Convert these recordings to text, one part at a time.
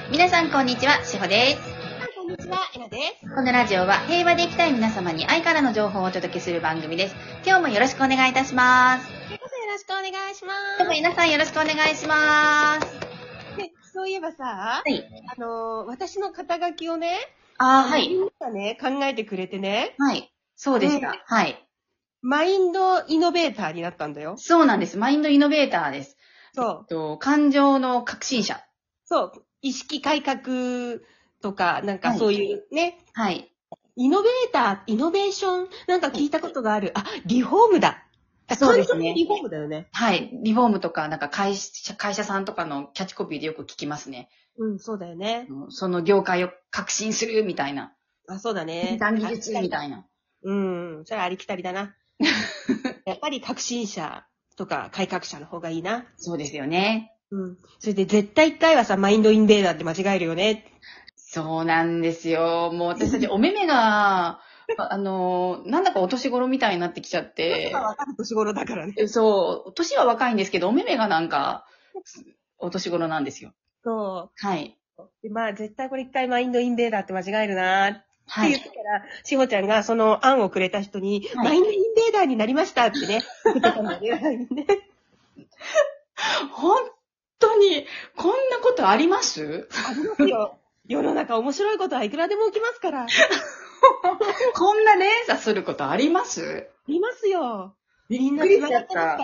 皆さんこんにちは、しほです。 こんにちは、えなです。 このラジオは平和で生きたい皆様に愛からの情報をお届けする番組です。今日もよろしくお願いいたします。 よろしくお願いしまどうも皆さんよろしくお願いします。 で、そういえばさ、 はい。 私の肩書きをね、 はい。 みんながね、考えてくれてね、 はい。そうでした。はい。 マインドイノベーターになったんだよ。 そうなんです。マインドイノベーターです。感情の革新者。 そう。意識改革とか、なんかそういうね、 はい。 イノベーター、イノベーション、なんか聞いたことがある。リフォームだ。 そうですね。 リフォームだよね。 はい。リフォームとか、なんか会社さんとかのキャッチコピーでよく聞きますね。 うん、そうだよね。 その業界を革新するみたいな。 そうだね。 断技術みたいな。 うん、それはありきたりだな。やっぱり革新者とか改革者の方がいいな。 そうですよね。 うん。それで絶対一回はさ、マインドインベーダーって間違えるよね。 そうなんですよ。もう私たちお目目が、なんだかお年頃みたいになってきちゃって。 わかる年頃だからね。 そう、年は若いんですけど、お目目がなんか、お年頃なんですよ。 そう。 はい。 でまあ、絶対これ一回マインドインベーダーって間違えるなってはい。 言ったら、しほちゃんがその案をくれた人に、 はいマインドインベーダーになりましたってね、言ってたんだよね。 本当に、こんなことあります？ ありますよ。世の中面白いことはいくらでも起きますから。あこんな連鎖することあります？ りますよ。みんなびっくり繋がってますから。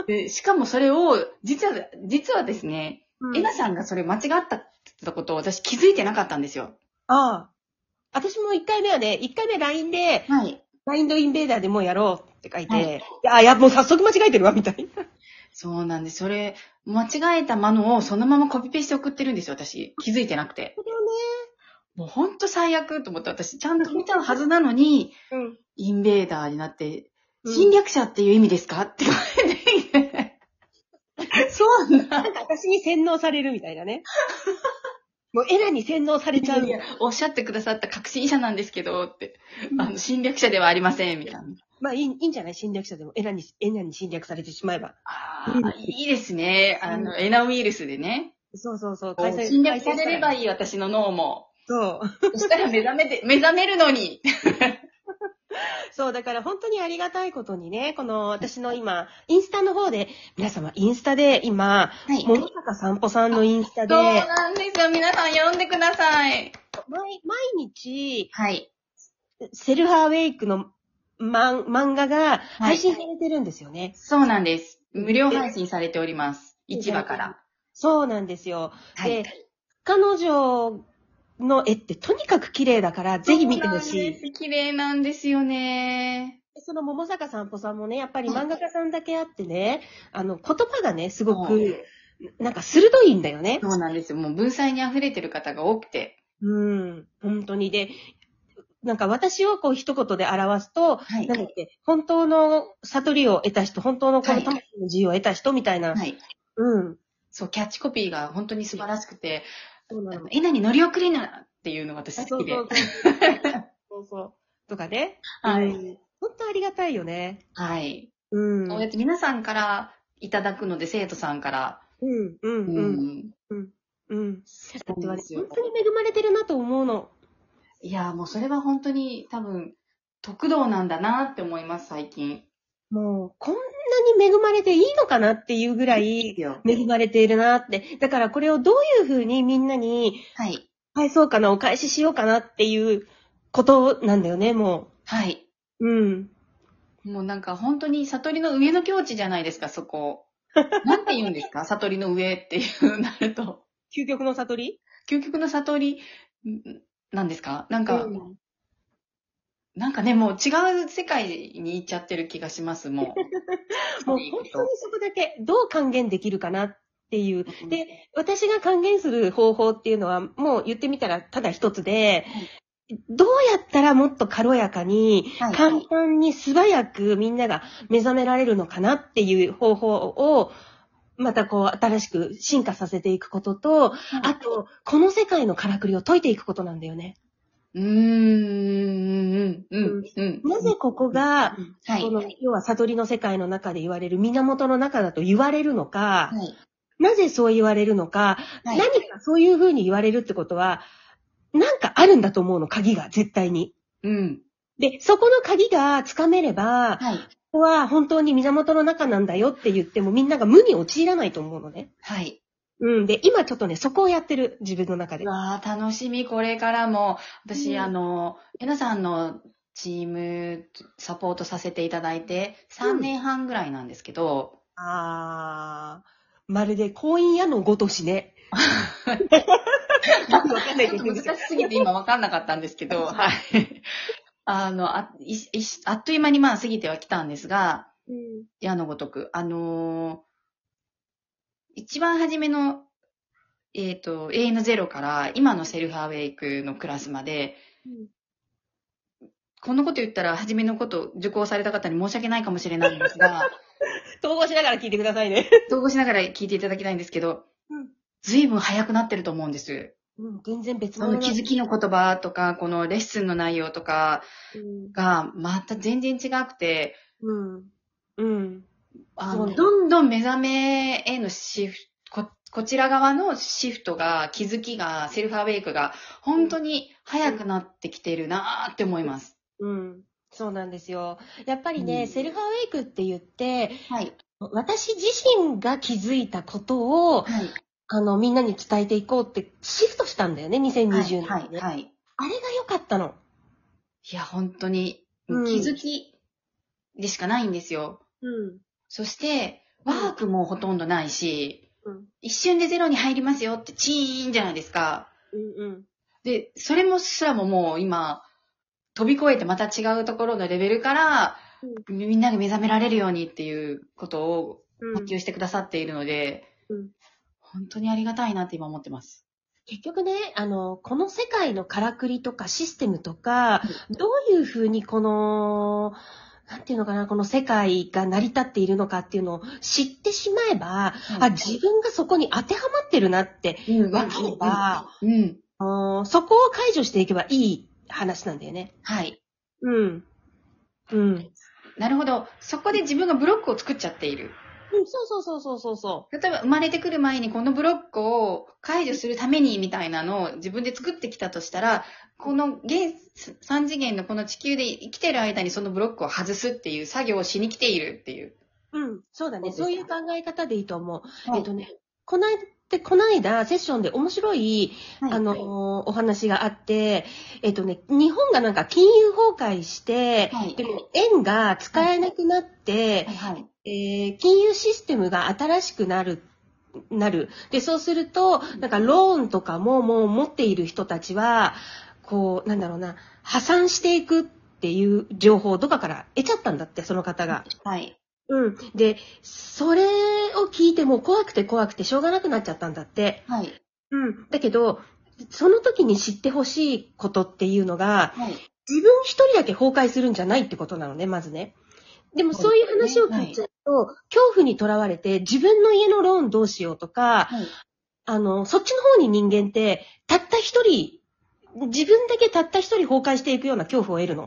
で、しかもそれを、実はですね、 うんエナさんがそれ間違ったって言ってたことを私気づいてなかったんですよ。 ああ。私も1回目はね、1回目 LINE で、 はい。 マインドインベーダーでもうやろうって書いて、 はいもう早速間違えてるわ、みたいな。 そうなんです。それ、間違えたものをそのままコピペして送ってるんですよ、私。気づいてなくて。 そうだよね。 もうほんと最悪と思って、私ちゃんと見たはずなのに、 うん。 インベーダーになって、 うん侵略者っていう意味ですかって言われて、そうな。 なんか私に洗脳されるみたいなね。もうエラに洗脳されちゃう。 いやおっしゃってくださった革新者なんですけど、って。侵略者ではありません、みたいな。 まあいいんじゃない侵略者でもエラに侵略されてしまえば。 いいですね。エナウイルスでね。 そうそうそう。 侵略されればいい、私の脳も。 そう。 そしたら目覚めるのに。 そう、だから本当にありがたいことにね、この私の今、インスタの方で、皆様インスタで今、 はい桃坂散歩さんのインスタで、 そうなんですよ。皆さん読んでください。 毎日、 はい。 セルフアウェイクの漫画が配信されてるんですよね。 そうなんです。無料配信されております。1話から。 そうなんですよ。 はい。 で、彼女の絵ってとにかく綺麗だから、ぜひ見てほしい。 綺麗なんですよね。 その桃坂散歩さんもね、やっぱり漫画家さんだけあってね、言葉がね、すごく、なんか鋭いんだよね。 そうなんですよ。もう文才に溢れてる方が多くて。 本当に。で、なんか私をこう一言で表すと、 はい。 なんだっけ、本当の悟りを得た人、本当のこの魂の自由を得た人みたいな。 はい。そう、キャッチコピーが本当に素晴らしくて、エナに乗り遅れなっていうのが私好きで。 そうそう。とかね。 はい。 本当ありがたいよね。 はい。そうやって皆さんからいただくので、生徒さんから。 だってはね、本当に恵まれてるなと思うの。 いや、もうそれは本当に多分、得道なんだなって思います、最近。 もう、こんなに恵まれていいのかなっていうぐらい、恵まれているなって。だからこれをどういうふうにみんなに、返そうかな、お返ししようかなっていうことなんだよね、もう。 はい。もうなんか本当に悟りの上の境地じゃないですか、そこ。なんて言うんですか悟りの上っていうなると。 究極の悟り？ 究極の悟りなんですか？なんかね、もう違う世界に行っちゃってる気がします、もう。 もう本当にそこだけ、どう還元できるかなっていう。で、私が還元する方法っていうのは、もう言ってみたらただ一つで、どうやったらもっと軽やかに、簡単に素早くみんなが目覚められるのかなっていう方法を、またこう新しく進化させていくことと、あと、この世界のからくりを解いていくことなんだよね。なぜここが、この要は悟りの世界の中で言われる源の中だと言われるのか、 なぜそう言われるのか、 はい。 何かそういうふうに言われるってことは、なんかあるんだと思うの、鍵が、絶対に。 うん。 で、そこの鍵がつかめれば、 はい。 ここは本当に源の中なんだよって言ってもみんなが無に陥らないと思うのね。 はい。 うん。で、今ちょっとね、そこをやってる、自分の中で。 うわー、楽しみ、これからも。私、 うんえなさんのチームサポートさせていただいて、3年半ぐらいなんですけど、 まるで婚姻屋のごとしね。わかんないちょっとけど。 難しすぎて今わかんなかったんですけど、はい。あっという間にまあ過ぎてはきたんですが、 うん矢のごとく。一番初めの、永遠のゼロから今のセルフアウェイクのクラスまで、こんなこと言ったら初めのこと受講された方に申し訳ないかもしれないんですが、 統合しながら聞いてくださいね。 統合しながら聞いていただきたいんですけど、随分早くなってると思うんです。 全然別その気づきの言葉とか、このレッスンの内容とかがまた全然違くて、どんどん目覚めへのシフト、こちら側のシフトが、気づきが、セルフアウェイクが、本当に早くなってきてるなーって思います。 そうなんですよ。やっぱりね、 うんセルフアウェイクって言って、 はい。 私自身が気づいたことを、 はい。 みんなに伝えていこうってシフトしたんだよね、2020年はい。 にね。 はい。 あれが良かったの。 いや、本当に、 うん気づきでしかないんですよ。そして、ワークもほとんどないし、一瞬でゼロに入りますよってチーンじゃないですか。で、それもすらももう今、飛び越えてまた違うところのレベルから、みんなが目覚められるようにっていうことを発給してくださっているので、本当にありがたいなって今思ってます。 結局ね、この世界のからくりとかシステムとか、どういうふうにこの、なんていうのかな、この世界が成り立っているのかっていうのを知ってしまえば、自分がそこに当てはまってるなって分かれば、そこを解除していけばいい話なんだよね。 はい。なるほど。そこで自分がブロックを作っちゃっている。 そう。 例えば生まれてくる前にこのブロックを解除するためにみたいなのを自分で作ってきたとしたら、この3次元のこの地球で生きてる間にそのブロックを外すっていう作業をしに来ているっていう。 そうだね。そういう考え方でいいと思う。この間、セッションで面白い、お話があって、日本がなんか金融崩壊して、でも円が使えなくなって、金融システムが新しくなる。で、そうすると、なんかローンとかももう持っている人たちは、こう、なんだろうな、破産していくっていう情報をどっかから得ちゃったんだって、その方が。で、それを聞いても怖くてしょうがなくなっちゃったんだって。だけど、その時に知ってほしいことっていうのが、自分一人だけ崩壊するんじゃないってことなのね、まずね。でもそういう話を聞いちゃうと、恐怖にとらわれて自分の家のローンどうしようとか、そっちの方に人間って、たった一人、自分だけたった一人崩壊していくような恐怖を得るの。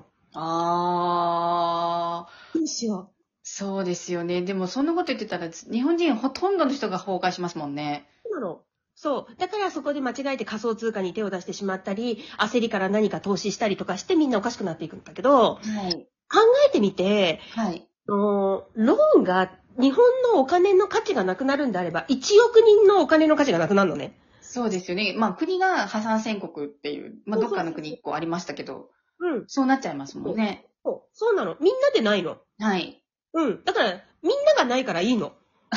どうしよう。 そうですよね。でもそんなこと言ってたら、日本人ほとんどの人が崩壊しますもんね。 そうなの。そう。だからそこで間違えて仮想通貨に手を出してしまったり、焦りから何か投資したりとかしてみんなおかしくなっていくんだけど、考えてみて、ローンが日本のお金の価値がなくなるんであれば、1億人のお金の価値がなくなるのね。 そうですよね。まあ国が破産宣告っていう、まあどっかの国1個ありましたけど、そうなっちゃいますもんね。 そうなの。みんなでないの。だから、みんながないからいいの。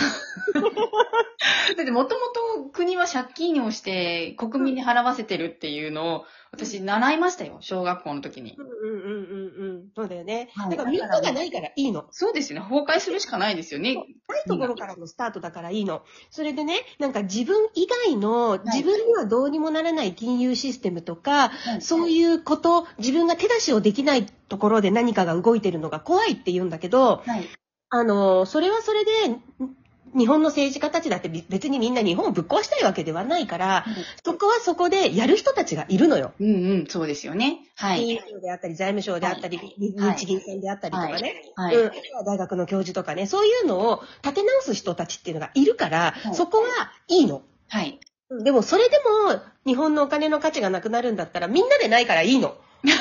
だってもともと国は借金をして国民に払わせてるっていうのを私習いましたよ、小学校の時に。 そうだよね。だからみんながないからいいの。 そうですよね。崩壊するしかないですよね。 ないところからのスタートだからいいの。それでね、なんか自分以外の自分にはどうにもならない金融システムとか、そういうこと、自分が手出しをできないところで何かが動いてるのが怖いって言うんだけど、それはそれで、 日本の政治家たちだって別にみんな日本をぶっ壊したいわけではないから、そこはそこでやる人たちがいるのよ。 うんうん、そうですよね。はい。 金融庁であったり、財務省であったり、日銀さんであったりとかね。はい。大学の教授とかね、そういうのを立て直す人たちっていうのがいるから、そこはいいの。 はい。 でもそれでも日本のお金の価値がなくなるんだったらみんなでないからいいの。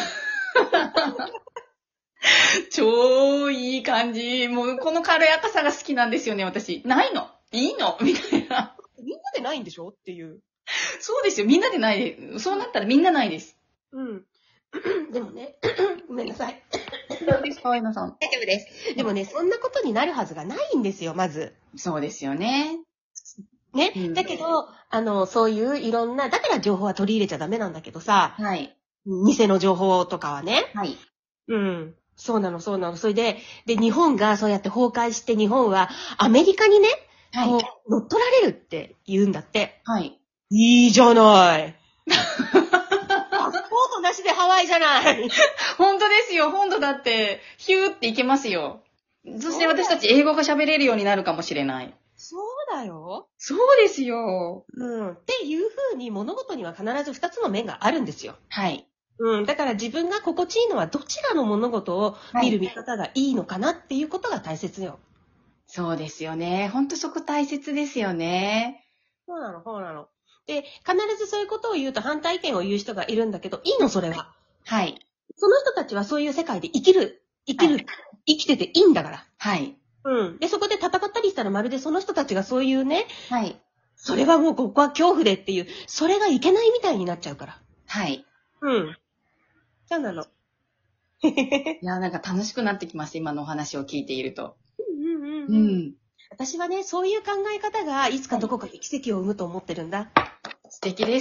超いい感じ。もうこの軽やかさが好きなんですよね、私。ないのいいのみたいな。 みんなでないんでしょっていう。 そうですよ。みんなでないで。そうなったらみんなないです。 うん。でもね、ごめんなさい。 どうですか、愛菜さん。 大丈夫です。でもね、そんなことになるはずがないんですよ、まず。 そうですよね。 ね。だけど、そういういろんな、だから情報は取り入れちゃダメなんだけどさ。 はい。 偽の情報とかはね。 はい。 うん。そうなの、そうなの。それで、日本がそうやって崩壊して、日本はアメリカにね、はい、こう、乗っ取られるって言うんだって。 はい。 いいじゃない。パスポートなしでハワイじゃない。 本当ですよ。本当だって、ヒューっていけますよ。そして私たち英語が喋れるようになるかもしれない。 そうだよ。 そうですよ。 うん。っていうふうに物事には必ず2つの面があるんですよ。 はい。 うん。だから自分が心地いいのはどちらの物事を見る見方がいいのかなっていうことが大切よ。 そうですよね。ほんとそこ大切ですよね。 そうなの、そうなの。で、必ずそういうことを言うと反対意見を言う人がいるんだけど、いいの、それは。 はい。 その人たちはそういう世界で生きてていいんだから。 はい。 うん。で、そこで戦ったりしたらまるでその人たちがそういうね、 はい。 それはもうここは恐怖でっていう、それがいけないみたいになっちゃうから。 はい。 うん。そうなの。 いや、なんか楽しくなってきました、今のお話を聞いていると。 うん。私はね、そういう考え方がいつかどこかで奇跡を生むと思ってるんだ。 素敵です。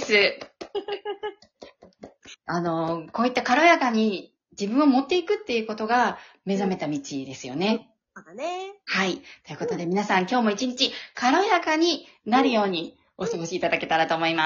こういった軽やかに自分を持っていくっていうことが目覚めた道ですよね。 そうだね。 はい。ということで皆さん今日も一日軽やかになるようにお過ごしいただけたらと思います。